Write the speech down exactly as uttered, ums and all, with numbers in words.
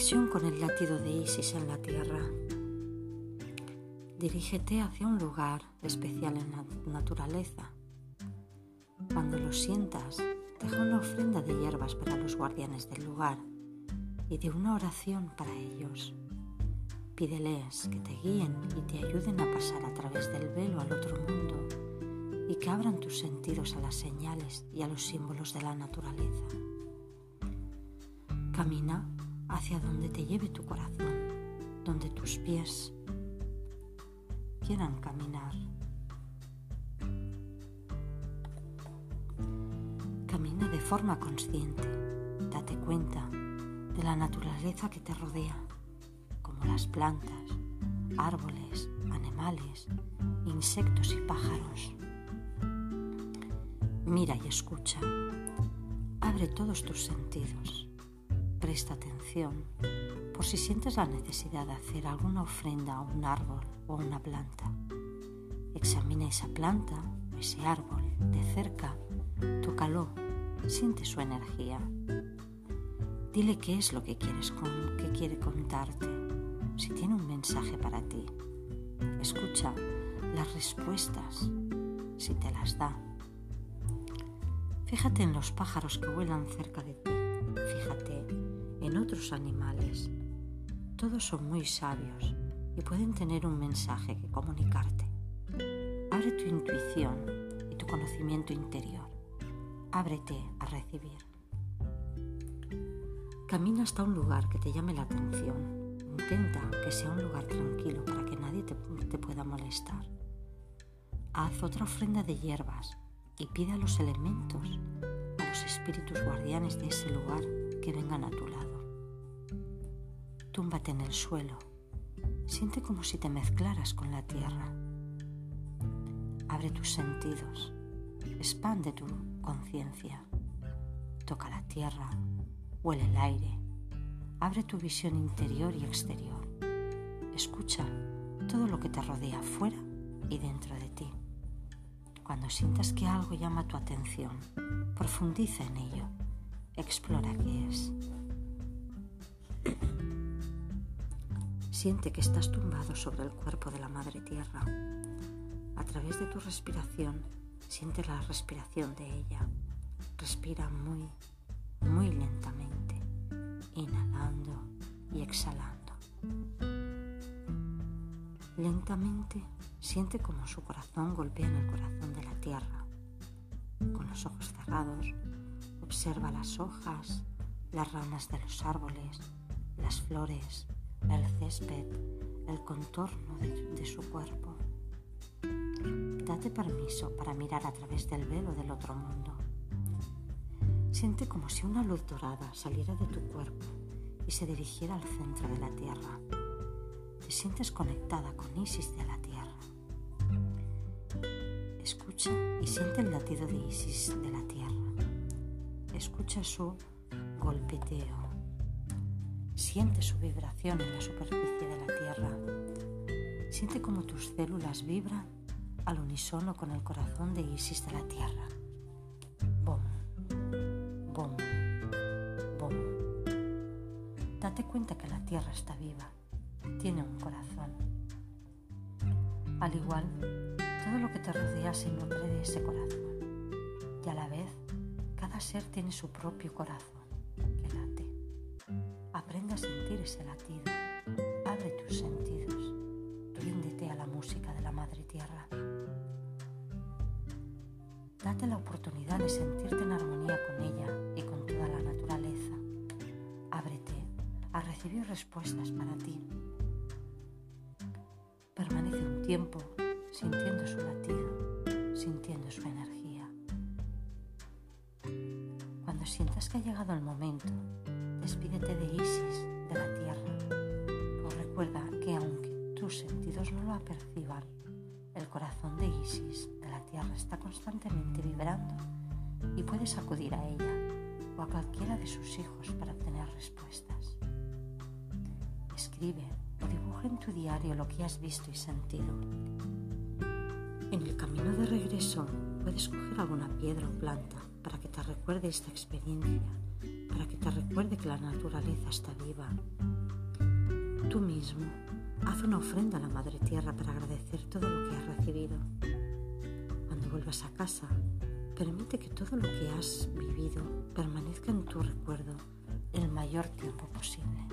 Conexión con el latido de Isis en la tierra. Dirígete hacia un lugar especial en la naturaleza. Cuando lo sientas, deja una ofrenda de hierbas para los guardianes del lugar y de una oración para ellos. Pídeles que te guíen y te ayuden a pasar a través del velo al otro mundo y que abran tus sentidos a las señales y a los símbolos de la naturaleza. Camina hacia donde te lleve tu corazón, donde tus pies quieran caminar. Camina de forma consciente, date cuenta de la naturaleza que te rodea, como las plantas, árboles, animales, insectos y pájaros. Mira y escucha, abre todos tus sentidos. Presta atención por si sientes la necesidad de hacer alguna ofrenda a un árbol o a una planta. Examina esa planta o ese árbol de cerca, tócalo, siente su energía. Dile qué es lo que quieres con, que quiere contarte, si tiene un mensaje para ti. Escucha las respuestas, si te las da. Fíjate en los pájaros que vuelan cerca de ti. Fíjate en otros animales. Todos son muy sabios y pueden tener un mensaje que comunicarte. Abre tu intuición y tu conocimiento interior. Ábrete a recibir. Camina hasta un lugar que te llame la atención. Intenta que sea un lugar tranquilo para que nadie te, te pueda molestar. Haz otra ofrenda de hierbas y pide a los elementos, a los espíritus guardianes de ese lugar, que vengan a tu lado. Túmbate en el suelo. Siente como si te mezclaras con la tierra. Abre tus sentidos. Expande tu conciencia. Toca la tierra. Huele el aire. Abre tu visión interior y exterior. Escucha todo lo que te rodea fuera y dentro de ti. Cuando sientas que algo llama tu atención, profundiza en ello. Explora qué es. Siente que estás tumbado sobre el cuerpo de la Madre Tierra. A través de tu respiración, siente la respiración de ella. Respira muy, muy lentamente, inhalando y exhalando. Lentamente, siente como su corazón golpea en el corazón de la Tierra. Con los ojos cerrados, observa las hojas, las ramas de los árboles, las flores, el césped, el contorno de, de su cuerpo. Date permiso para mirar a través del velo del otro mundo. Siente como si una luz dorada saliera de tu cuerpo y se dirigiera al centro de la tierra. Te sientes conectada con Isis de la tierra. Escucha y siente el latido de Isis de la tierra. Escucha su golpeteo. Siente su vibración en la superficie de la tierra. Siente como tus células vibran al unísono con el corazón de Isis de la tierra. Bom, bom, bom. Date cuenta que la tierra está viva. Tiene un corazón. Al igual, todo lo que te rodea se nutre de ese corazón. Y a la vez, cada ser tiene su propio corazón que late. Aprende a sentir ese latido. Abre tus sentidos. Ríndete a la música de la Madre Tierra. Date la oportunidad de sentirte en armonía con ella y con toda la naturaleza. Ábrete a recibir respuestas para ti. Permanece un tiempo sintiendo su latido, sintiendo su energía. Cuando sientas que ha llegado el momento, despídete de Isis, de la tierra. Pero recuerda que aunque tus sentidos no lo aperciban, el corazón de Isis, de la tierra, está constantemente vibrando y puedes acudir a ella o a cualquiera de sus hijos para obtener respuestas. Escribe o dibuja en tu diario lo que has visto y sentido. En el camino de regreso puedes coger alguna piedra o planta para que te recuerde esta experiencia, para que te recuerde que la naturaleza está viva Tú mismo, haz una ofrenda a la Madre Tierra para agradecer todo lo que has recibido. Cuando vuelvas a casa, permite que todo lo que has vivido permanezca en tu recuerdo el mayor tiempo posible.